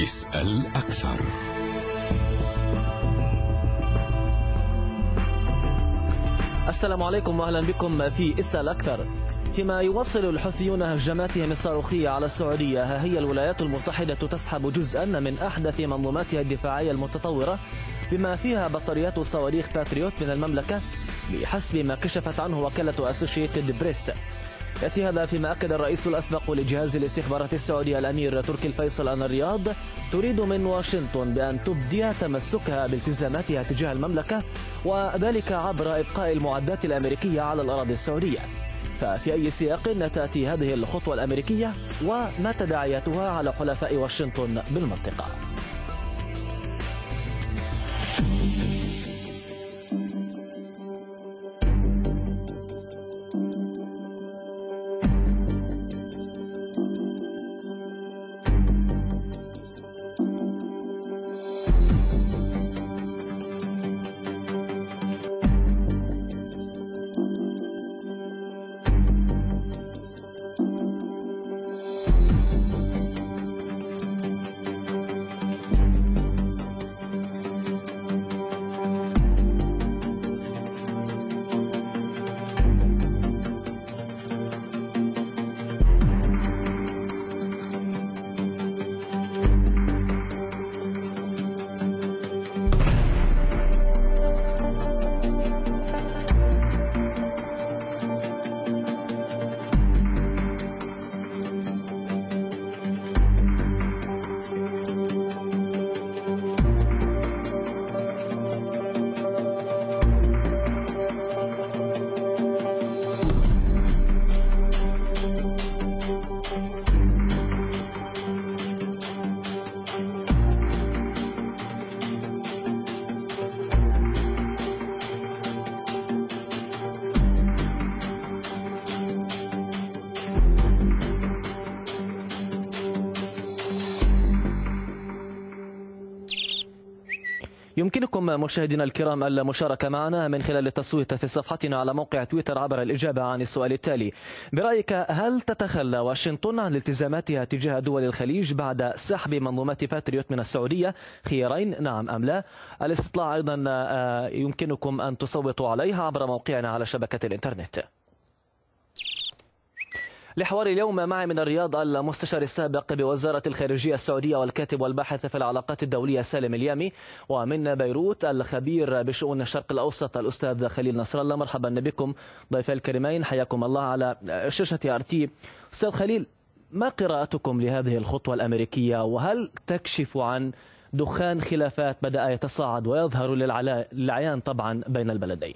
اسأل أكثر. السلام عليكم وأهلا بكم في اسأل أكثر. فيما يواصل الحوثيون هجماتهم الصاروخية على السعودية، ها هي الولايات المتحدة تسحب جزءا من أحدث منظوماتها الدفاعية المتطورة بما فيها بطاريات صواريخ باتريوت من المملكة بحسب ما كشفت عنه وكالة أسوشيتد بريس. يأتي هذا فيما أكد الرئيس الأسبق لجهاز الاستخبارات السعودي الأمير تركي الفيصل أن الرياض تريد من واشنطن بأن تبدي تمسكها بالتزاماتها تجاه المملكة، وذلك عبر إبقاء المعدات الأمريكية على الأراضي السعودية. ففي أي سياق تأتي هذه الخطوة الأمريكية وما تداعياتها على حلفاء واشنطن بالمنطقة؟ يمكنكم مشاهدينا الكرام المشاركة معنا من خلال التصويت في صفحتنا على موقع تويتر عبر الإجابة عن السؤال التالي: برأيك هل تتخلى واشنطن عن التزاماتها تجاه دول الخليج بعد سحب منظومات باتريوت من السعودية؟ خيارين، نعم أم لا. الاستطلاع أيضا يمكنكم أن تصوتوا عليها عبر موقعنا على شبكة الإنترنت. لحوار اليوم معي من الرياض المستشار السابق بوزارة الخارجية السعودية والكاتب والباحث في العلاقات الدولية سالم اليامي، ومن بيروت الخبير بشؤون الشرق الأوسط الأستاذ خليل نصر الله. مرحبا بكم ضيفي الكريمين، حياكم الله على شاشة RT. أستاذ خليل، ما قراءتكم لهذه الخطوة الأمريكية، وهل تكشف عن دخان خلافات بدأ يتصاعد ويظهر للعيان طبعا بين البلدين؟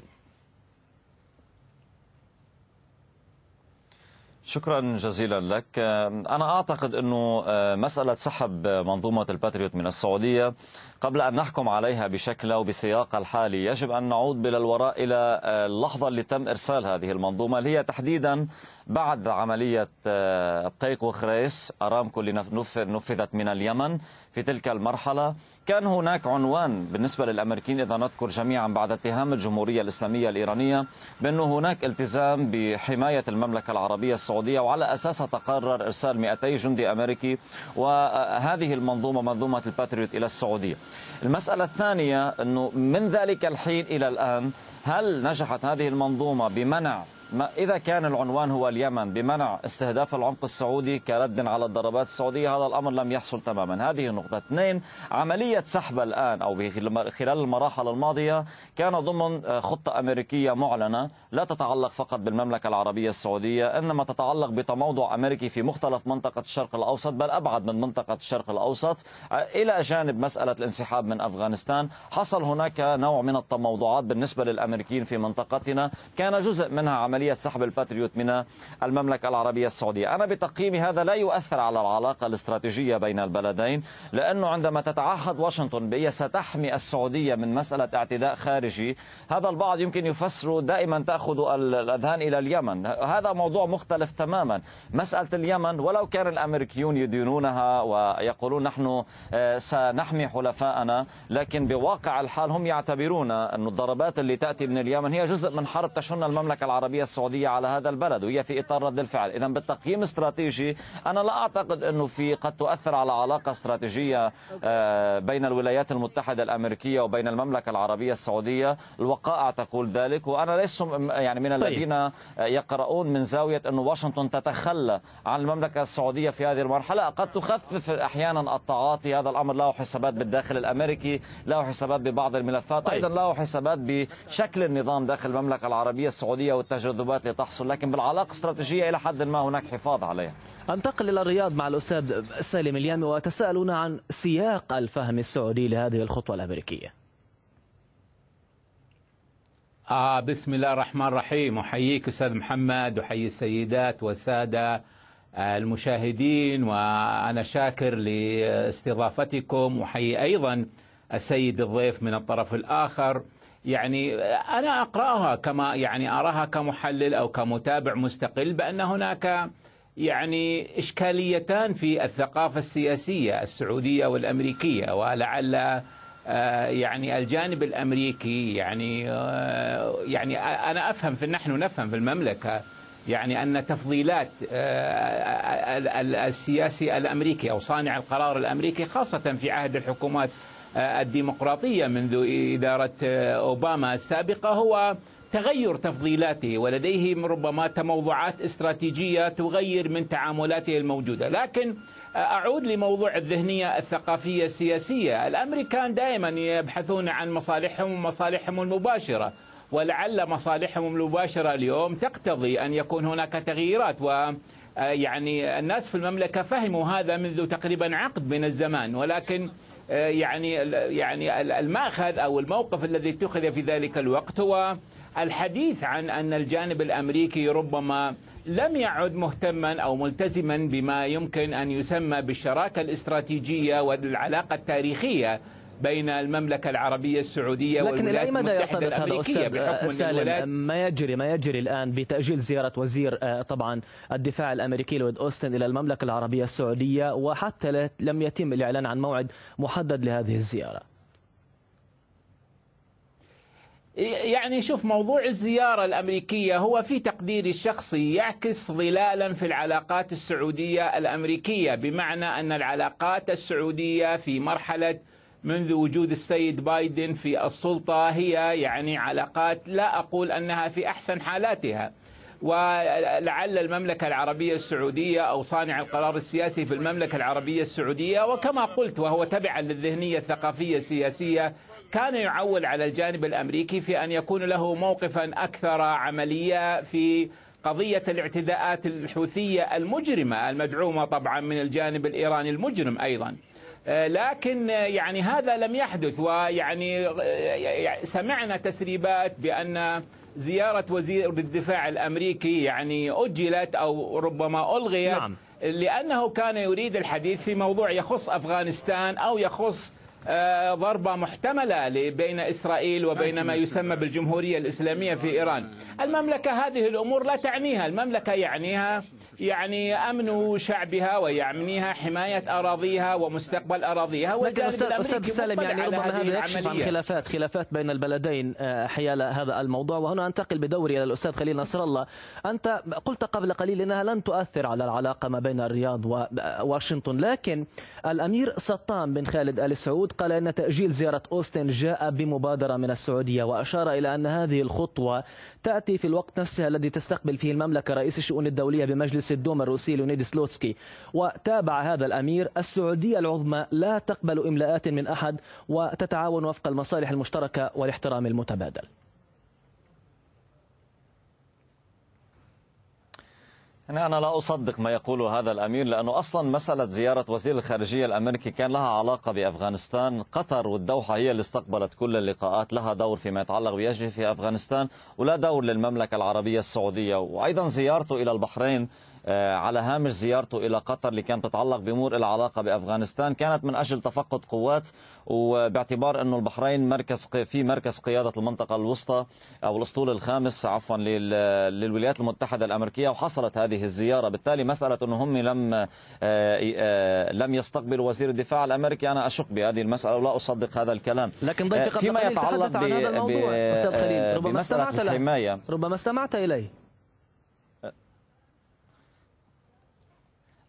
شكرا جزيلا لك. أنا أعتقد أنه مسألة سحب منظومة الباتريوت من السعودية قبل أن نحكم عليها بشكل أو بسياق الحالي يجب أن نعود بالوراء إلى اللحظة اللي تم إرسال هذه المنظومة، اللي هي تحديدا بعد عملية بقيق وخريس أرامكو اللي نفذت من اليمن. في تلك المرحلة كان هناك عنوان بالنسبة للأمريكيين، إذا نذكر جميعا بعد اتهام الجمهورية الإسلامية الإيرانية بأنه هناك التزام بحماية المملكة العربية السعودية، وعلى أساسها تقرر إرسال 200 جندي أمريكي وهذه المنظومة منظومة الباتريوت إلى السعودية. المسألة الثانية أنه من ذلك الحين إلى الآن هل نجحت هذه المنظومة بمنع، إذا كان العنوان هو اليمن، بمنع استهداف العمق السعودي كرد على الضربات السعودية؟ هذا الأمر لم يحصل تماما. هذه النقطة. اثنين، عملية سحب الآن أو خلال المراحل الماضية كان ضمن خطة أمريكية معلنة لا تتعلق فقط بالمملكة العربية السعودية، إنما تتعلق بتموضع أمريكي في مختلف منطقة الشرق الأوسط، بل أبعد من منطقة الشرق الأوسط، إلى جانب مسألة الانسحاب من أفغانستان. حصل هناك نوع من التموضعات بالنسبة للأمريكيين في منطقتنا، كان جزء منها عملية سحب الباتريوت من المملكة العربية السعودية. أنا بتقييمي هذا لا يؤثر على العلاقة الاستراتيجية بين البلدين، لأنه عندما تتعهد واشنطن بأن ستحمي السعودية من مسألة اعتداء خارجي، هذا البعض يمكن يفسره دائما تأخذ الأذهان إلى اليمن. هذا موضوع مختلف تماما. مسألة اليمن ولو كان الأمريكيون يدينونها ويقولون نحن سنحمي حلفاءنا، لكن بواقع الحال هم يعتبرون أن الضربات اللي تأتي من اليمن هي جزء من حرب تشن المملكة العربية السعودية على هذا البلد، وهي في إطار رد الفعل. إذا بالتقييم الاستراتيجي أنا لا أعتقد أنه قد تؤثر على علاقة استراتيجية بين الولايات المتحدة الأمريكية وبين المملكة العربية السعودية. الوقائع تقول ذلك، وأنا ليس يعني من الذين يقرؤون من زاوية أن واشنطن تتخلى عن المملكة السعودية في هذه المرحلة. قد تخفف أحيانا التعاطي، هذا الأمر له حسابات بالداخل الأمريكي، له حسابات ببعض الملفات، أيضا له حسابات بشكل النظام داخل المملكة العربية السعودية والتجاذبات اللي تحصل، لكن بالعلاقة الاستراتيجية إلى حد ما هناك حفاظ عليها. أنتقل إلى الرياض مع الأستاذ سالم اليامي، وتساءلون عن سياق الفهم السعودي لهذه الخطوة الأمريكية. بسم الله الرحمن الرحيم. أحييك أستاذ محمد، وحيي السيدات والسادة المشاهدين، وأنا شاكر لاستضافتكم، وحيي أيضا السيد الضيف من الطرف الآخر. يعني أنا أقرأها كما أراها كمحلل أو كمتابع مستقل بأن هناك إشكاليتان في الثقافة السياسية السعودية والأمريكية، ولعل الجانب الأمريكي أنا أفهم نحن نفهم في المملكة أن تفضيلات السياسي الأمريكي أو صانع القرار الأمريكي خاصة في عهد الحكومات الديمقراطية منذ إدارة أوباما السابقة هو تغير تفضيلاته، ولديه ربما تموضعات استراتيجية تغير من تعاملاته الموجودة. لكن أعود لموضوع الذهنية الثقافية السياسية. الأمريكان دائما يبحثون عن مصالحهم ومصالحهم المباشرة، ولعل مصالحهم المباشرة اليوم تقتضي أن يكون هناك تغييرات، الناس في المملكة فهموا هذا منذ تقريبا عقد من الزمان. ولكن المأخذ أو الموقف الذي اتخذ في ذلك الوقت هو الحديث عن أن الجانب الأمريكي ربما لم يعد مهتما أو ملتزما بما يمكن أن يسمى بالشراكة الاستراتيجية والعلاقة التاريخية بين المملكة العربية السعودية والولايات المتحدة الأمريكية، بحكم سالم ما يجري الآن بتأجيل زيارة وزير طبعا الدفاع الأمريكي لويد أوستن إلى المملكة العربية السعودية، وحتى لم يتم الإعلان عن موعد محدد لهذه الزيارة. شوف، موضوع الزيارة الأمريكية هو في تقديري الشخصي يعكس ظلالا في العلاقات السعودية الأمريكية، بمعنى أن العلاقات السعودية في مرحلة منذ وجود السيد بايدن في السلطة هي علاقات لا أقول أنها في أحسن حالاتها، ولعل المملكة العربية السعودية أو صانع القرار السياسي في المملكة العربية السعودية، وكما قلت وهو تبعا للذهنية الثقافية السياسية، كان يعول على الجانب الأمريكي في أن يكون له موقفا أكثر عملية في قضية الاعتداءات الحوثية المجرمة المدعومة طبعا من الجانب الإيراني المجرم أيضا. لكن هذا لم يحدث، سمعنا تسريبات بأن زيارة وزير الدفاع الأمريكي أجلت أو ربما ألغيت. نعم. لأنه كان يريد الحديث في موضوع يخص أفغانستان أو يخص ضربة محتملة بين إسرائيل وبين ما يسمى بالجمهورية الإسلامية في إيران. المملكة هذه الأمور لا تعنيها، المملكة يعنيها أمن شعبها ويعنيها حماية أراضيها ومستقبل أراضيها. لكن أستاذ سالم ربما هذا يكشف عن خلافات بين البلدين حيال هذا الموضوع. وهنا أنتقل بدوري إلى الأستاذ خليل نصر الله. أنت قلت قبل قليل أنها لن تؤثر على العلاقة ما بين الرياض وواشنطن، لكن الأمير سطام بن خالد آل سعود قال أن تأجيل زيارة أوستن جاء بمبادرة من السعودية، وأشار إلى أن هذه الخطوة تأتي في الوقت نفسه الذي تستقبل فيه المملكة رئيس الشؤون الدولية بمجلس الدوما الروسي ليونيد سلوتسكي. وتابع هذا الأمير: السعودية العظمى لا تقبل إملاءات من أحد وتتعاون وفق المصالح المشتركة والاحترام المتبادل. أنا لا أصدق ما يقوله هذا الأمير، لأنه أصلا مسألة زيارة وزير الخارجية الأمريكي كان لها علاقة بأفغانستان. قطر والدوحة هي اللي استقبلت كل اللقاءات، لها دور فيما يتعلق بيجري في أفغانستان ولا دور للمملكة العربية السعودية. وأيضا زيارته إلى البحرين على هامش زيارته إلى قطر اللي كانت تتعلق بأمور العلاقة بأفغانستان كانت من أجل تفقد قوات، وباعتبار أنه البحرين مركز قيادة المنطقة الوسطى أو الأسطول الخامس للولايات المتحدة الأمريكية، وحصلت هذه الزيارة. بالتالي مسألة أنه هم لم يستقبلوا وزير الدفاع الأمريكي، أنا أشك بهذه المسألة ولا أصدق هذا الكلام. لكن ضيفي فيما يتعلق بمسألة الحماية ربما استمعت إليه.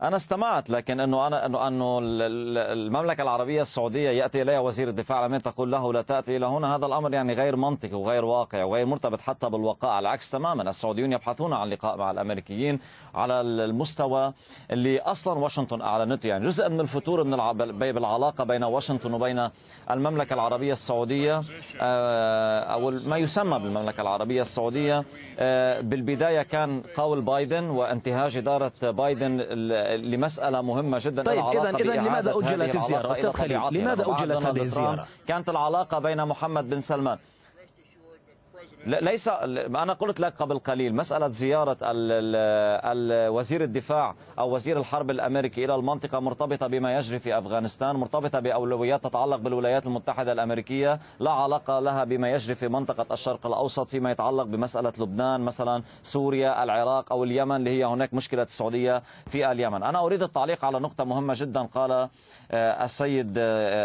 أنا استمعت، لكن أنه المملكة العربية السعودية يأتي إليها وزير الدفاع الأمريكي تقول له لا تأتي إلى هنا، هذا الأمر يعني غير منطقي وغير واقع وغير مرتبط حتى بالواقع. على العكس تماما، السعوديون يبحثون عن لقاء مع الأمريكيين على المستوى اللي أصلا واشنطن أعلنته. يعني جزء من الفتور بالعلاقة بين واشنطن وبين المملكة العربية السعودية أو ما يسمى بالمملكة العربية السعودية بالبداية كان قول بايدن وانتهاج إدارة بايدن لمسألة مهمة جدا. طيب إذا لماذا أجلت الزيارة أستاذ خليل؟ لماذا أجلت هذه الزيارة؟ كانت العلاقة بين محمد بن سلمان ليس، أنا قلت لك قبل قليل مسألة زيارة وزير الدفاع أو وزير الحرب الأمريكي إلى المنطقة مرتبطة بما يجري في أفغانستان، مرتبطة بأولويات تتعلق بالولايات المتحدة الأمريكية، لا علاقة لها بما يجري في منطقة الشرق الأوسط فيما يتعلق بمسألة لبنان مثلا، سوريا، العراق أو اليمن اللي هي هناك مشكلة السعودية في اليمن. أنا أريد التعليق على نقطة مهمة جدا قال السيد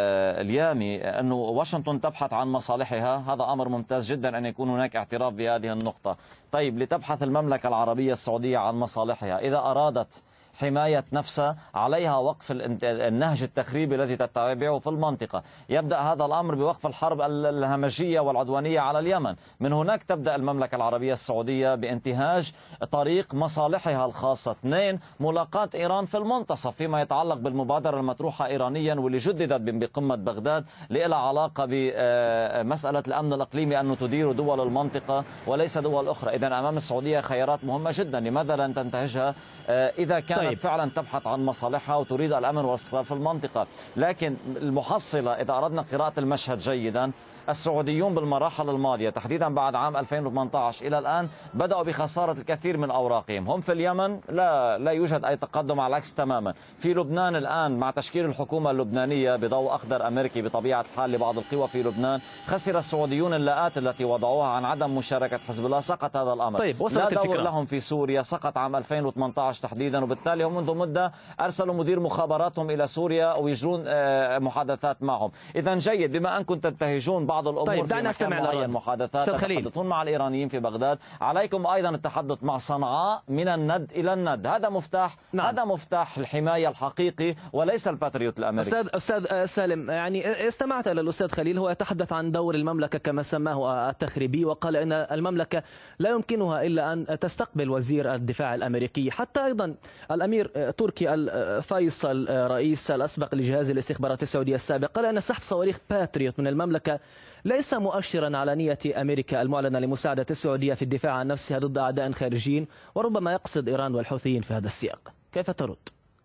اليامي أنه واشنطن تبحث عن مصالحها. هذا أمر ممتاز جدا أن يكون هناك اعتراف بهذه النقطة. طيب لتبحث المملكة العربية السعودية عن مصالحها، إذا أرادت حماية نفسها عليها وقف النهج التخريبي الذي تتبعه في المنطقة. يبدأ هذا الأمر بوقف الحرب الهمجية والعدوانية على اليمن. من هناك تبدأ المملكة العربية السعودية بانتهاج طريق مصالحها الخاصة. 2 ملاقاة إيران في المنتصف فيما يتعلق بالمبادرة المطروحة إيرانيا واللي جددت بقمة بغداد لها علاقة بمسألة الأمن الإقليمي أنه تدير دول المنطقة وليس دول أخرى. إذن أمام السعودية خيارات مهمة جدا، لماذا لن تنتهجها إذا كانت فعلا تبحث عن مصالحها وتريد الأمن والاستقرار في المنطقة؟ لكن المحصلة إذا أردنا قراءة المشهد جيدا، السعوديون بالمراحل الماضية تحديدا بعد عام 2018 إلى الآن بدأوا بخسارة الكثير من أوراقهم. هم في اليمن لا يوجد أي تقدم، على العكس تماما. في لبنان الآن مع تشكيل الحكومة اللبنانية بضوء أخضر أمريكي بطبيعة الحال لبعض القوى في لبنان، خسر السعوديون اللاءات التي وضعوها عن عدم مشاركة حزب الله، سقط هذا الأمر. طيب لا دور لهم في سوريا، سقط عام 2018 تحديدا، وبالتالي هم منذ مدة أرسلوا مدير مخابراتهم إلى سوريا ويجرون محادثات معهم. إذا جيد، بما أنكم تنتهجون بعض الأمور طيب في مكان معين، محادثات تتحدثون مع الإيرانيين في بغداد، عليكم أيضا التحدث مع صنعاء من الند إلى الند. هذا مفتاح هذا مفتاح الحماية الحقيقي وليس الباتريوت الأمريكي. أستاذ سالم، يعني استمعت إلى الأستاذ خليل، هو يتحدث عن دور المملكة كما سماه التخريبي، وقال إن المملكة لا يمكنها إلا أن تستقبل وزير الدفاع الأمريكي. حتى أيضا الأمير تركي الفيصل رئيس الأسبق لجهاز الاستخبارات السعودية السابق قال أن سحب صواريخ باتريوت من المملكة ليس مؤشرا على نية أمريكا المعلنة لمساعدة السعودية في الدفاع عن نفسها ضد أعداء خارجيين، وربما يقصد إيران والحوثيين في هذا السياق. كيف ترد؟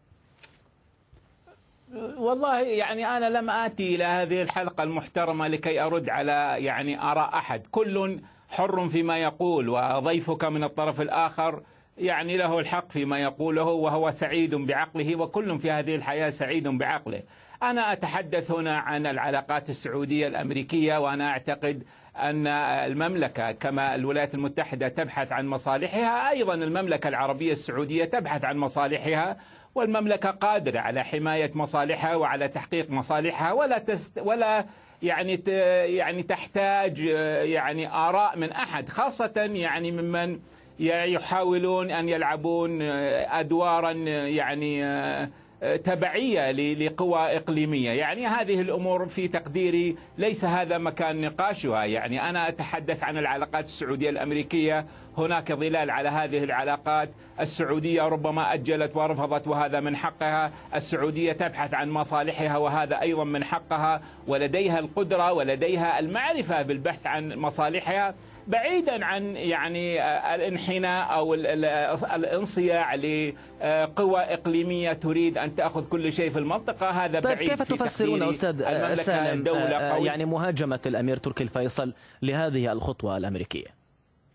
والله يعني أنا لم آتي إلى هذه الحلقة المحترمة لكي أرد على يعني آراء أحد، كل حر فيما يقول، وضيفك من الطرف الآخر يعني له الحق فيما يقوله وهو سعيد بعقله، وكل في هذه الحياة سعيد بعقله. أنا أتحدث هنا عن العلاقات السعودية الأمريكية، وأنا أعتقد أن المملكة كما الولايات المتحدة تبحث عن مصالحها، أيضا المملكة العربية السعودية تبحث عن مصالحها، والمملكة قادرة على حماية مصالحها وعلى تحقيق مصالحها، ولا يعني تحتاج يعني آراء من أحد، خاصة يعني ممن يحاولون أن يلعبون أدوارا يعني تبعية لقوى إقليمية. يعني هذه الأمور في تقديري ليس هذا مكان نقاشها. يعني أنا أتحدث عن العلاقات السعودية الأمريكية، هناك ظلال على هذه العلاقات. السعودية ربما أجلت ورفضت وهذا من حقها، السعودية تبحث عن مصالحها وهذا أيضا من حقها، ولديها القدرة ولديها المعرفة بالبحث عن مصالحها، بعيدا عن يعني الانحناء أو الانصياع لقوى إقليمية تريد أن تأخذ كل شيء في المنطقة. هذا طيب بعيد. كيف تفسرون أستاذ سالم يعني مهاجمة الأمير تركي الفيصل لهذه الخطوة الأمريكية؟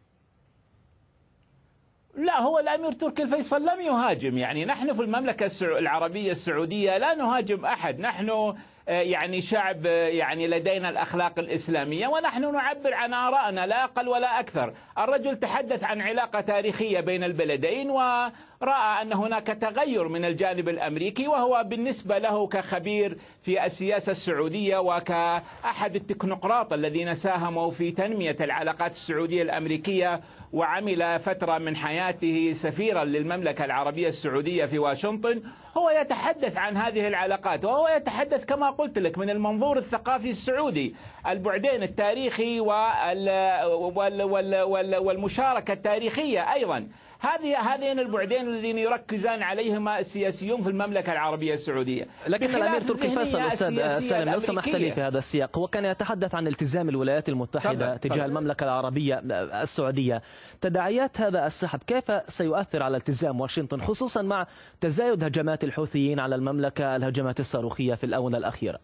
لا، هو الأمير تركي الفيصل لم يهاجم. يعني نحن في المملكة العربية السعودية لا نهاجم أحد، نحن يعني شعب يعني لدينا الأخلاق الإسلامية، ونحن نعبر عن آرائنا لا أقل ولا أكثر. الرجل تحدث عن علاقة تاريخية بين البلدين، ورأى أن هناك تغير من الجانب الأمريكي، وهو بالنسبة له كخبير في السياسة السعودية وكأحد التكنوقراط الذين ساهموا في تنمية العلاقات السعودية الأمريكية، وعمل فترة من حياته سفيرا للمملكة العربية السعودية في واشنطن، هو يتحدث عن هذه العلاقات، وهو يتحدث كما قلت لك من المنظور الثقافي السعودي، البعدين التاريخي والمشاركة التاريخية أيضا. هذين البعدين الذين يركزان عليهما السياسيون في المملكة العربية السعودية. لكن الأمير تركي فيصل أستاذ سالم لو سمحت لي في هذا السياق، هو كان يتحدث عن التزام الولايات المتحدة تجاه المملكة العربية السعودية. تداعيات هذا السحب كيف سيؤثر على التزام واشنطن، خصوصا مع تزايد هجمات الحوثيين على المملكة، الهجمات الصاروخية في الآونة الأخيرة؟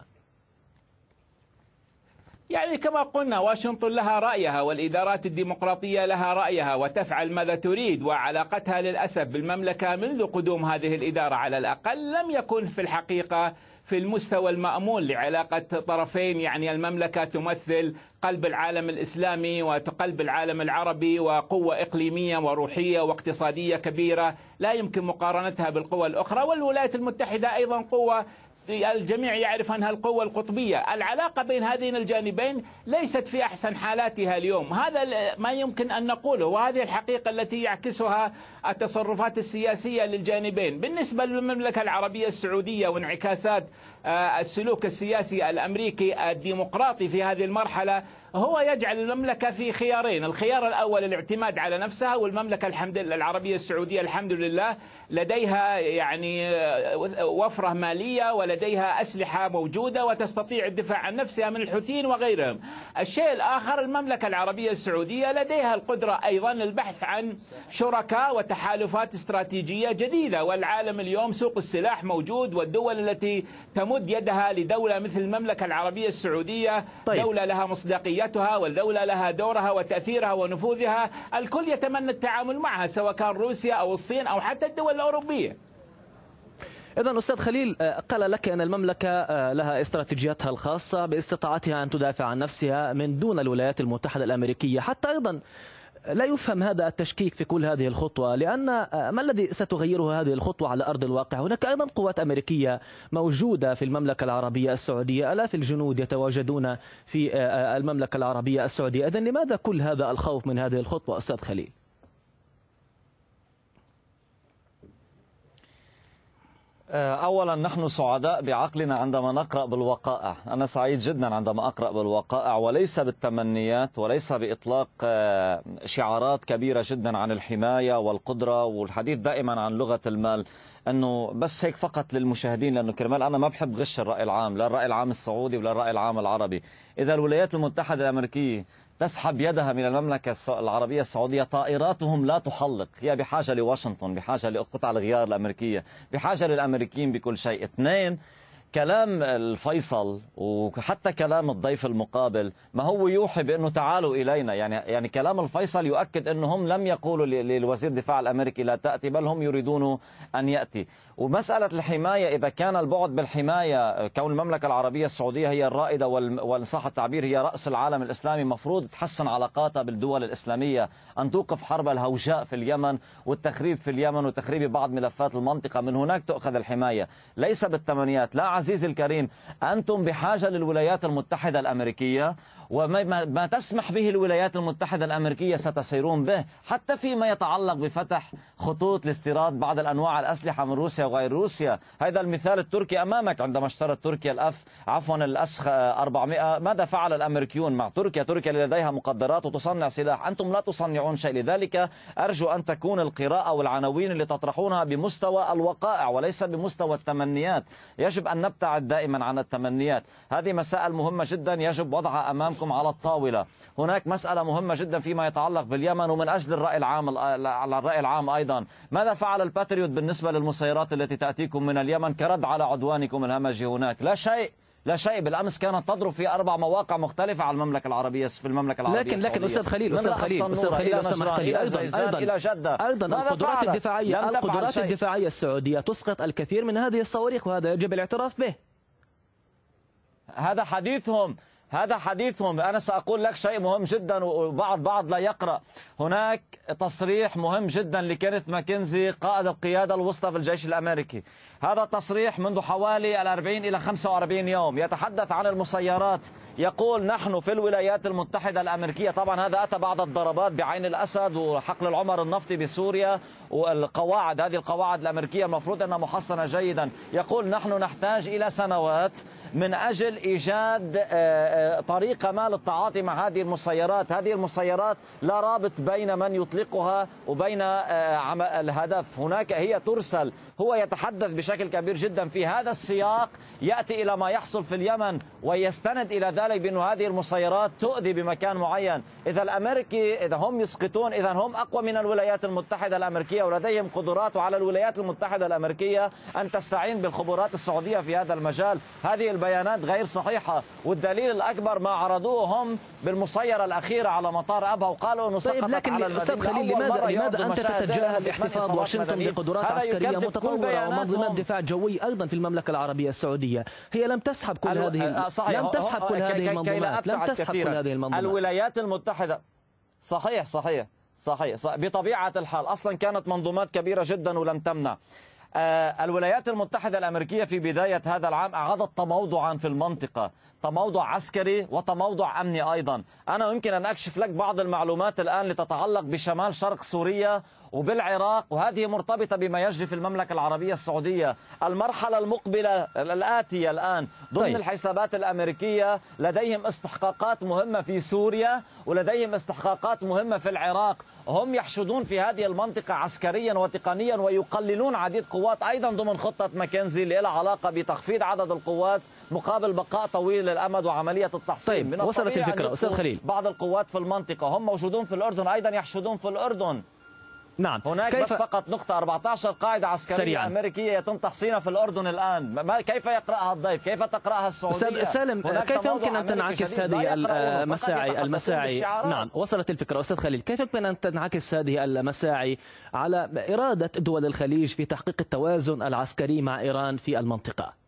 يعني كما قلنا واشنطن لها رأيها، والإدارات الديمقراطية لها رأيها، وتفعل ماذا تريد. وعلاقتها للأسف بالمملكة منذ قدوم هذه الإدارة على الأقل لم يكن في الحقيقة في المستوى المأمول لعلاقة طرفين. يعني المملكة تمثل قلب العالم الإسلامي وقلب العالم العربي، وقوة إقليمية وروحية واقتصادية كبيرة لا يمكن مقارنتها بالقوى الأخرى. والولايات المتحدة أيضا قوة الجميع يعرف أنها القوة القطبية. العلاقة بين هذين الجانبين ليست في أحسن حالاتها اليوم، هذا ما يمكن أن نقوله، وهذه الحقيقة التي يعكسها التصرفات السياسية للجانبين. بالنسبة للمملكة العربية السعودية وانعكاسات السلوك السياسي الأمريكي الديمقراطي في هذه المرحلة، هو يجعل المملكة في خيارين. الخيار الأول الاعتماد على نفسها، والمملكة العربية السعودية الحمد لله لديها يعني وفرة مالية ولديها أسلحة موجودة وتستطيع الدفاع عن نفسها من الحوثيين وغيرهم. الشيء الآخر المملكة العربية السعودية لديها القدرة أيضا البحث عن شركاء وتحالفات استراتيجية جديدة. والعالم اليوم سوق السلاح موجود، والدول التي تمد يدها لدولة مثل المملكة العربية السعودية دولة لها مصداقية، والدولة لها دورها وتأثيرها ونفوذها، الكل يتمنى التعامل معها سواء كان روسيا أو الصين أو حتى الدول الأوروبية. إذن أستاذ خليل، قال لك أن المملكة لها استراتيجيتها الخاصة باستطاعتها أن تدافع عن نفسها من دون الولايات المتحدة الأمريكية. حتى أيضا لا يفهم هذا التشكيك في كل هذه الخطوة، لأن ما الذي ستغيره هذه الخطوة على أرض الواقع؟ هناك أيضا قوات أمريكية موجودة في المملكة العربية السعودية، آلاف الجنود يتواجدون في المملكة العربية السعودية. إذن لماذا كل هذا الخوف من هذه الخطوة أستاذ خليل؟ أولا نحن سعداء بعقلنا عندما نقرأ بالوقائع. أنا سعيد جدا عندما أقرأ بالوقائع وليس بالتمنيات، وليس بإطلاق شعارات كبيرة جدا عن الحماية والقدرة والحديث دائما عن لغة المال. أنه بس هيك فقط للمشاهدين، لأنه كرمال أنا ما بحب غش الرأي العام، لا الرأي العام السعودي ولا الرأي العام العربي. إذا الولايات المتحدة الأمريكية تسحب يدها من المملكة العربية السعودية، طائراتهم لا تحلق، هي بحاجة لواشنطن، بحاجة لقطع الغيار الأمريكية، بحاجة للأمريكيين بكل شيء. اثنين، كلام الفيصل وحتى كلام الضيف المقابل ما هو يوحي بأنه تعالوا إلينا. يعني كلام الفيصل يؤكد أنهم لم يقولوا للوزير الدفاع الأمريكي لا تأتي، بل هم يريدون أن يأتي. ومسألة الحماية، إذا كان البعد بالحماية، كون المملكة العربية السعودية هي الرائدة والصح التعبير هي رأس العالم الإسلامي، مفروض تحسن علاقاتها بالدول الإسلامية، أن توقف حرب الهوجاء في اليمن والتخريب في اليمن وتخريب بعض ملفات المنطقة، من هناك تؤخذ الحماية ليس بالتمنيات. لا عزيزي الكريم، أنتم بحاجة للولايات المتحدة الأمريكية، وما تسمح به الولايات المتحدة الأمريكية ستسيرون به، حتى فيما يتعلق بفتح خطوط لاستيراد بعض الأنواع الأسلحة من روسيا وغير روسيا. هذا المثال التركي أمامك، عندما اشترت تركيا الأس 400، ماذا فعل الأمريكيون مع تركيا؟ تركيا لديها مقدرات وتصنع سلاح، أنتم لا تصنعون شيء. لذلك أرجو أن تكون القراءة والعناوين اللي تطرحونها بمستوى الوقائع وليس بمستوى التمنيات. يجب أن نبتعد دائما عن التمنيات. هذه مسائل مهمة جدا يجب وضعها أمامكم على الطاولة. هناك مسألة مهمة جدا فيما يتعلق باليمن، ومن أجل الرأي العام أيضا، ماذا فعل الباتريوت بالنسبة للمسيرات التي تأتيكم من اليمن كرد على عدوانكم الهمجي هناك؟ لا شيء. بالأمس كانت تضرب في 4 مواقع مختلفة على المملكة العربية لكن أستاذ خليل لو سمحت لي، أيضا القدرات الدفاعية السعودية تسقط الكثير من هذه الصواريخ، وهذا يجب الاعتراف به. هذا حديثهم. أنا سأقول لك شيء مهم جدا وبعض لا يقرأ. هناك تصريح مهم جدا لكينيث ماكنزي قائد القيادة الوسطى في الجيش الأمريكي. هذا تصريح منذ حوالي 40 إلى 45 يوم، يتحدث عن المسيرات. يقول نحن في الولايات المتحدة الأمريكية، طبعا هذا أتى بعد الضربات بعين الأسد وحقل العمر النفطي بسوريا، والقواعد هذه القواعد الأمريكية المفروض أنها محصنة جيدا. يقول نحن نحتاج إلى سنوات من أجل إيجاد طريقة ما للتعاطي مع هذه المسيرات. هذه المسيرات لا رابط بين من يطلقها وبين الهدف، هناك هي ترسل. هو يتحدث بشكل كبير جدا في هذا السياق، يأتي إلى ما يحصل في اليمن ويستند إلى ذلك بأن هذه المسيرات تؤذي بمكان معين. إذا الأمريكي إذا هم يسقطون، إذا هم أقوى من الولايات المتحدة الأمريكية ولديهم قدرات، وعلى الولايات المتحدة الأمريكية أن تستعين بالخبرات السعودية في هذا المجال. هذه البيانات غير صحيحة، والدليل الأكبر ما عرضوه هم بالمسيرة الأخيرة على مطار أبها، وقالوا أنه سقطت لكن على أستاذ خليل، لماذا أنت تتجاهل احتفاظ واشنطن بقدرات عسكرية متطورة ومنظومات دفاع جوي أيضا في المملكة العربية السعودية؟ هي لم تسحب كل هذه لم تسحب كل هذه المنظومات، لم تسحب كل هذه المنظومات. الولايات المتحدة صحيح بطبيعة الحال أصلا كانت منظومات كبيرة جدا ولم تمنع. الولايات المتحدة الأمريكية في بداية هذا العام أعادت تموضعا في المنطقة، تموضع عسكري وتموضع أمني أيضا. أنا يمكن أن أكشف لك بعض المعلومات الآن لتتعلق بشمال شرق سوريا وبالعراق، وهذه مرتبطة بما يجري في المملكة العربية السعودية. المرحلة المقبلة الآتية الآن ضمن الحسابات الأمريكية، لديهم استحقاقات مهمة في سوريا ولديهم استحقاقات مهمة في العراق. هم يحشدون في هذه المنطقة عسكريا وتقنيا ويقللون عديد قوات أيضا ضمن خطة ماكنزي اللي لها علاقة بتخفيض عدد القوات مقابل بقاء طويل الأمد وعملية التحصين. طيب، وصلت الفكرة أستاذ خليل. بعض القوات في المنطقة هم موجودون في الأردن أيضا يحشدون في الأردن. نعم، هناك بس فقط نقطة 14 قاعدة عسكرية سريعاً أمريكية يتم تحصينها في الأردن الآن. كيف يقرأها الضيف؟ كيف تقرأها السعودية؟ أستاذ سالم، كيف يمكن أن تنعكس هذه المساعي نعم، وصلت الفكرة أستاذ خليل. كيف يمكن أن تنعكس هذه المساعي على إرادة دول الخليج في تحقيق التوازن العسكري مع إيران في المنطقة؟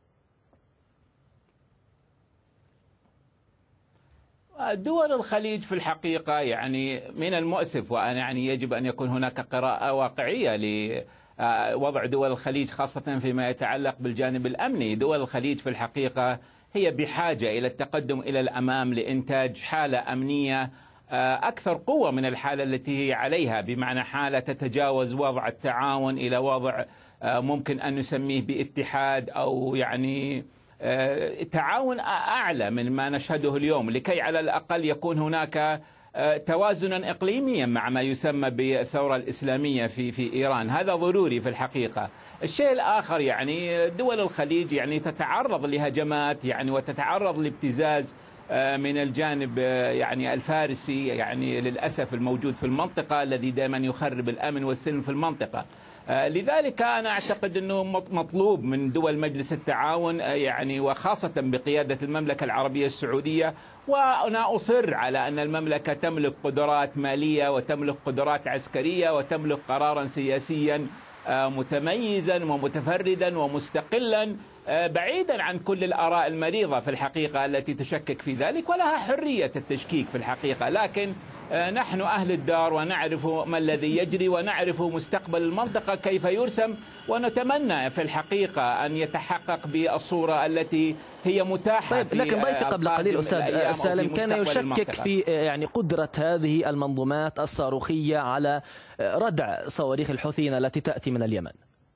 دول الخليج في الحقيقة يعني من المؤسف، وأنا يعني يجب أن يكون هناك قراءة واقعية لوضع دول الخليج خاصة فيما يتعلق بالجانب الأمني. دول الخليج في الحقيقة هي بحاجة إلى التقدم إلى الأمام لإنتاج حالة أمنية أكثر قوة من الحالة التي هي عليها، بمعنى حالة تتجاوز وضع التعاون إلى وضع ممكن أن نسميه باتحاد أو يعني تعاون أعلى من ما نشهده اليوم، لكي على الأقل يكون هناك توازنا إقليميا مع ما يسمى بالثورة الإسلامية في إيران. هذا ضروري في الحقيقة. الشيء الآخر يعني دول الخليج يعني تتعرض لهجمات يعني وتتعرض لابتزاز من الجانب يعني الفارسي يعني للأسف الموجود في المنطقة، الذي دائما يخرب الأمن والسلم في المنطقة. لذلك أنا أعتقد أنه مطلوب من دول مجلس التعاون يعني وخاصة بقيادة المملكة العربية السعودية، وأنا أصر على أن المملكة تملك قدرات مالية وتملك قدرات عسكرية وتملك قرارا سياسيا متميزا ومتفردا ومستقلا بعيدا عن كل الآراء المريضة في الحقيقة التي تشكك في ذلك، ولها حرية التشكيك في الحقيقة. لكن نحن أهل الدار ونعرف ما الذي يجري ونعرف مستقبل المنطقة كيف يرسم، ونتمنى في الحقيقة أن يتحقق بالصورة التي هي متاحة. طيب، لكن ضيفي قبل قليل أستاذ سالم كان يشكك في يعني قدرة هذه المنظومات الصاروخية على ردع صواريخ الحوثيين التي تأتي من اليمن.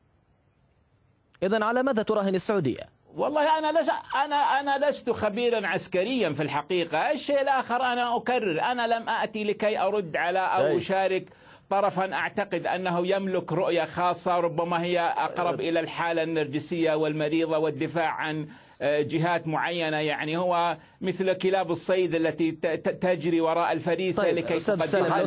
إذن على ماذا تراهن السعودية؟ والله أنا لست خبيرا عسكريا في الحقيقة. الشيء الآخر أنا أكرر، أنا لم أأتي لكي أرد على أو أشارك طرفا أعتقد أنه يملك رؤية خاصة ربما هي أقرب إلى الحالة النرجسية والمريضة والدفاع عن جهات معينة. يعني هو مثل كلاب الصيد التي تجري وراء الفريسة. طيب لكي أستاذ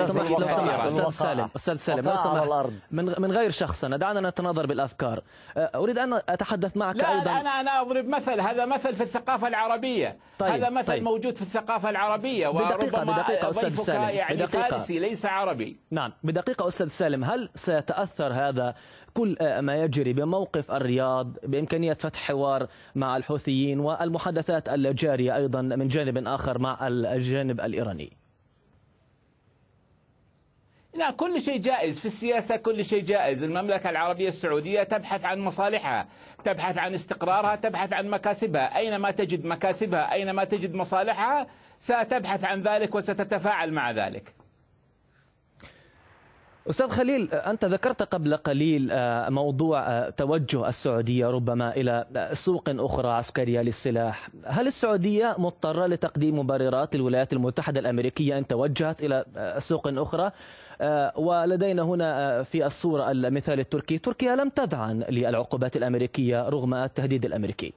سالم لو سمحت من غير شخصنا دعنا نتناظر بالأفكار. أريد أن أتحدث معك أيضا. أنا أضرب مثل، هذا مثل في الثقافة العربية. هذا مثل موجود في الثقافة العربية، وربما ضيفك يعني فارسي ليس عربي. نعم، بدقيقة أستاذ سالم، هل سيتأثر هذا كل ما يجري بموقف الرياض بإمكانية فتح حوار مع الحوثي الحوثيين والمحادثات الجارية أيضا من جانب آخر مع الجانب الإيراني؟ لا، كل شيء جائز في السياسة، كل شيء جائز. المملكة العربية السعودية تبحث عن مصالحها، تبحث عن استقرارها، تبحث عن مكاسبها. أينما تجد مكاسبها، أينما تجد مصالحها، ستبحث عن ذلك وستتفاعل مع ذلك. أستاذ خليل، أنت ذكرت قبل قليل موضوع توجه السعودية ربما إلى سوق أخرى عسكرية للسلاح. هل السعودية مضطرة لتقديم مبررات للولايات المتحدة الأمريكية أن توجهت إلى سوق أخرى؟ ولدينا هنا في الصورة المثال التركي، تركيا لم تذعن للعقوبات الأمريكية رغم التهديد الأمريكي.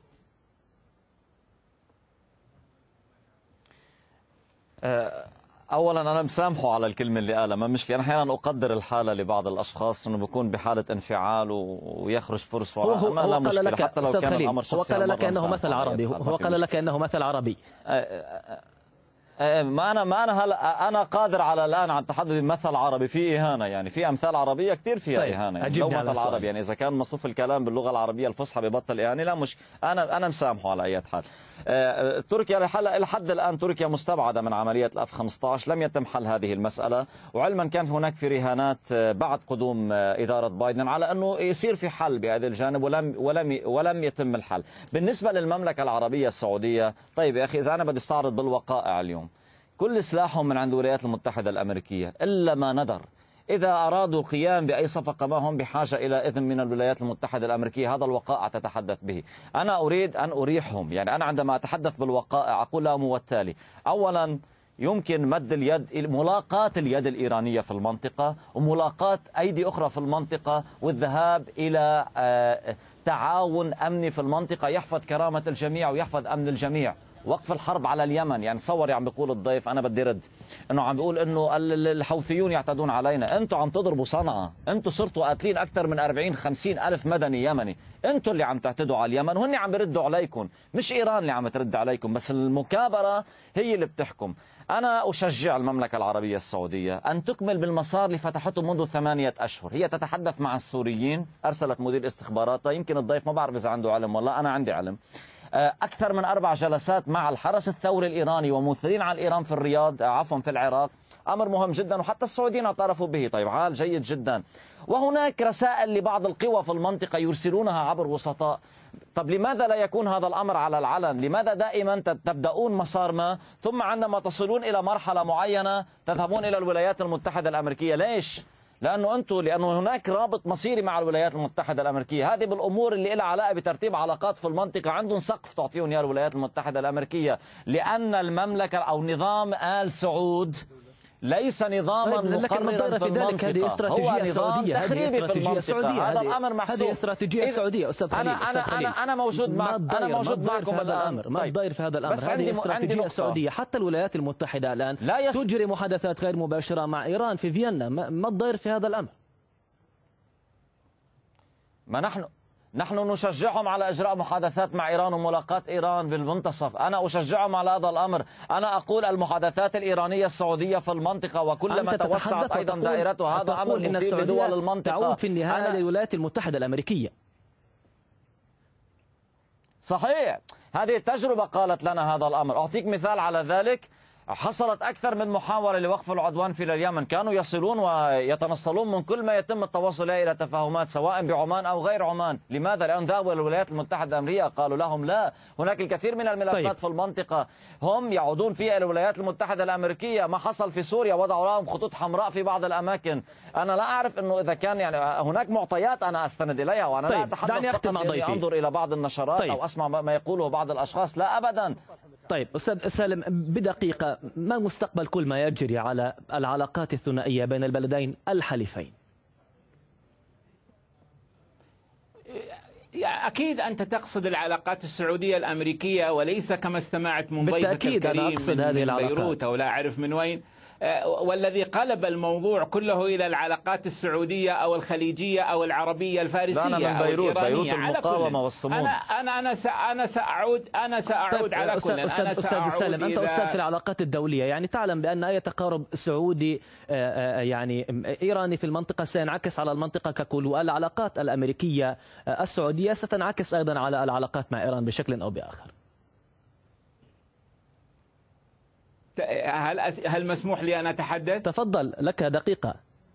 اولا انا مسامحه على الكلمه اللي قالها، ما مشكله. انا احيانا اقدر الحاله لبعض الاشخاص انه بيكون بحاله انفعال ويخرج فرص، هو لا مشكله حتى لو كان الامر شخصي. هو قال لك انه مثل عربي، هو قال لك انه مثل عربي. ما انا قادر على الان عن التحدث بمثل عربي في اهانه، يعني في امثال عربيه كثير فيها اهانه، يعني لو مثل عربي، يعني اذا كان مصروف الكلام باللغه العربيه الفصحى ببطل اهانه، لا مش انا مسامحه على اي حال. تركيا لحد الان تركيا مستبعده من عمليه الاف 15، لم يتم حل هذه المساله، وعلما كان هناك في رهانات بعد قدوم اداره بايدن على انه يصير في حل بهذا الجانب، ولم يتم الحل. بالنسبه للمملكه العربيه السعوديه، طيب يا اخي، اذا انا بدي استعرض بالوقائع اليوم، كل سلاحهم من عند الولايات المتحدة الأمريكية إلا ما ندر. إذا أرادوا القيام بأي صفقة ما هم بحاجة إلى إذن من الولايات المتحدة الأمريكية، هذا الوقائع تتحدث به. أنا أريد أن أريحهم، يعني أنا عندما أتحدث بالوقائع أقول لهم والتالي: أولا، يمكن مد اليد، ملاقاة اليد الإيرانية في المنطقة وملاقاة أيدي أخرى في المنطقة، والذهاب إلى تعاون أمني في المنطقة يحفظ كرامة الجميع ويحفظ أمن الجميع. وقف الحرب على اليمن، يعني تصور، عم بيقول الضيف، أنا بدي رد، إنه عم بيقول إنه الحوثيون يعتدون علينا. أنتوا عم تضربوا صنعاء، أنتوا صرتوا قاتلين أكثر من 40-50 ألف مدني يمني، أنتوا اللي عم تعتدوا على اليمن، وهن عم بيردوا عليكم، مش إيران اللي عم ترد عليكم، بس المكابرة هي اللي بتحكم. أنا أشجع المملكة العربية السعودية أن تكمل بالمسار اللي فتحته منذ 8 أشهر. هي تتحدث مع السوريين، أرسلت مدير استخباراتها، يمكن الضيف ما بعرف إذا عنده علم ولا، أنا عندي علم، أكثر من 4 جلسات مع الحرس الثوري الإيراني وممثلين عن إيران في الرياض، في العراق، أمر مهم جدا، وحتى السعوديين اعترفوا به. طيب، عال جيد جدا. وهناك رسائل لبعض القوى في المنطقة يرسلونها عبر وسطاء. طب لماذا لا يكون هذا الأمر على العلن؟ لماذا دائما تبدأون مسار ما، ثم عندما تصلون إلى مرحلة معينة تذهبون إلى الولايات المتحدة الأمريكية؟ ليش؟ لأنه هناك رابط مصيري مع الولايات المتحدة الأمريكية. هذه بالأمور اللي لها علاقة بترتيب علاقات في المنطقة عندهم سقف تعطيهم إياه الولايات المتحدة الأمريكية، لأن المملكة أو نظام آل سعود ليس نظاما مقررا في المنطقة، هذه استراتيجية سعودية، هذه استراتيجية سعودية، هذا الأمر محسوب. هذه استراتيجية سعودية. أستاذ خليل، أنا موجود معكم الآن. ما الضير في هذا الأمر؟ هذه استراتيجية سعودية. حتى الولايات المتحدة الآن تجري محادثات غير مباشرة مع إيران في فيينا، ما الضير في هذا الأمر؟ ما نحن نشجعهم على إجراء محادثات مع إيران وملاقاة إيران بالمنتصف. أنا أشجعهم على هذا الأمر. أنا أقول المحادثات الإيرانية السعودية في المنطقة، وكلما توسعت أيضا دائرتها هذا أمر مفيد لدول المنطقة. تعود في النهاية للولايات المتحدة الأمريكية. صحيح، هذه التجربة قالت لنا هذا الأمر. أعطيك مثال على ذلك. حصلت أكثر من محاولة لوقف العدوان في اليمن، كانوا يصلون ويتنصلون من كل ما يتم التوصل إلى تفاهمات سواء بعمان أو غير عمان. لماذا؟ لأن ذهبوا إلى الولايات المتحدة الأمريكية قالوا لهم لا، هناك الكثير من الملفات في المنطقة هم يعودون فيها إلى الولايات المتحدة الأمريكية. ما حصل في سوريا، وضعوا لهم خطوط حمراء في بعض الأماكن. أنا لا أعرف أنه إذا كان يعني هناك معطيات أنا أستند إليها، وأنا لا أتحدث فقط أني أنظر إلى بعض النشرات أو أسمع ما يقوله بعض الأشخاص، لا أبدا. طيب أستاذ سالم، بدقيقة، ما مستقبل كل ما يجري على العلاقات الثنائية بين البلدين الحليفين؟ أكيد أنت تقصد العلاقات السعودية الأمريكية، وليس كما استمعت من ضيفك بالتأكيد الكريم أنا أقصد من هذه العلاقات بيروت أو لا أعرف من وين. والذي قلب الموضوع كله إلى العلاقات السعودية أو الخليجية أو العربية الفارسية لا، أنا من بيروت المقاومة والصمود. أنا سأعود طيب على كل. أستاذ سالم، أنت أستاذ في العلاقات الدولية، يعني تعلم بأن أي تقارب سعودي يعني إيراني في المنطقة سينعكس على المنطقة ككل، والعلاقات الأمريكية السعودية ستنعكس أيضا على العلاقات مع إيران بشكل أو بآخر. هل مسموح لي أن أتحدث؟ تفضل، لك دقيقة.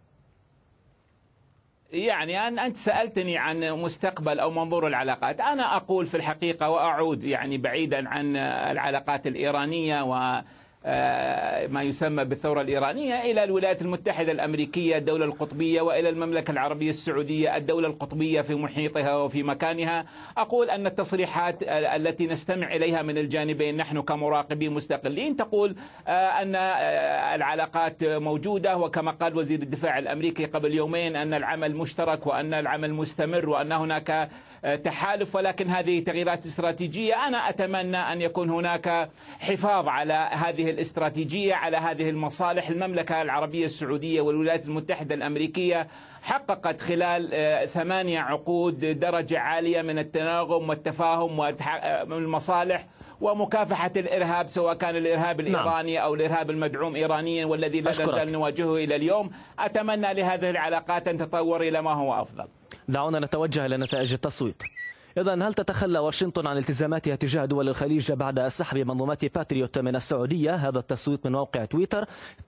يعني أنت سألتني عن مستقبل أو منظور العلاقات، أنا أقول في الحقيقة وأعود يعني بعيدا عن العلاقات الإيرانية وما يسمى بالثورة الإيرانية إلى الولايات المتحدة الأمريكية الدولة القطبية، وإلى المملكة العربية السعودية الدولة القطبية في محيطها وفي مكانها. أقول أن التصريحات التي نستمع إليها من الجانبين نحن كمراقبين مستقلين تقول أن العلاقات موجودة، وكما قال وزير الدفاع الأمريكي قبل يومين أن العمل مشترك وأن العمل مستمر وأن هناك تحالف، ولكن هذه تغييرات استراتيجية. أنا أتمنى أن يكون هناك حفاظ على هذه الاستراتيجية، على هذه المصالح. المملكة العربية السعودية والولايات المتحدة الأمريكية حققت خلال 8 عقود درجة عالية من التناغم والتفاهم والمصالح ومكافحة الإرهاب، سواء كان الإرهاب الإيراني أو الإرهاب المدعوم إيرانيا والذي لا نزال نواجهه إلى اليوم. أتمنى لهذه العلاقات أن تتطور إلى ما هو أفضل. دعونا نتوجه إلى نتائج التصويت. إذن هل تتخلى واشنطن عن التزاماتها تجاه دول الخليج بعد سحب منظومات باتريوت من السعودية؟ هذا التصويت من موقع تويتر.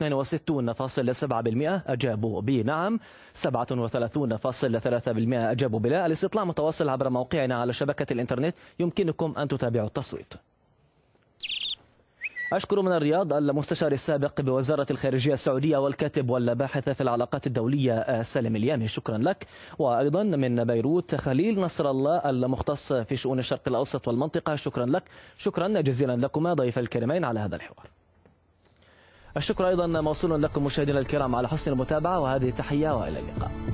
62.7% أجابوا بنعم، 37.3% أجابوا بلا. الاستطلاع متواصل عبر موقعنا على شبكة الإنترنت، يمكنكم أن تتابعوا التصويت. أشكر من الرياض المستشار السابق بوزارة الخارجية السعودية والكاتب والباحث في العلاقات الدولية سالم اليامي، شكرا لك. وأيضا من بيروت خليل نصر الله المختص في شؤون الشرق الأوسط والمنطقة، شكرا لك. شكرا جزيلا لكما ضيف الكريمين على هذا الحوار. الشكر أيضا موصول لكم مشاهدينا الكرام على حسن المتابعة، وهذه تحية وإلى اللقاء.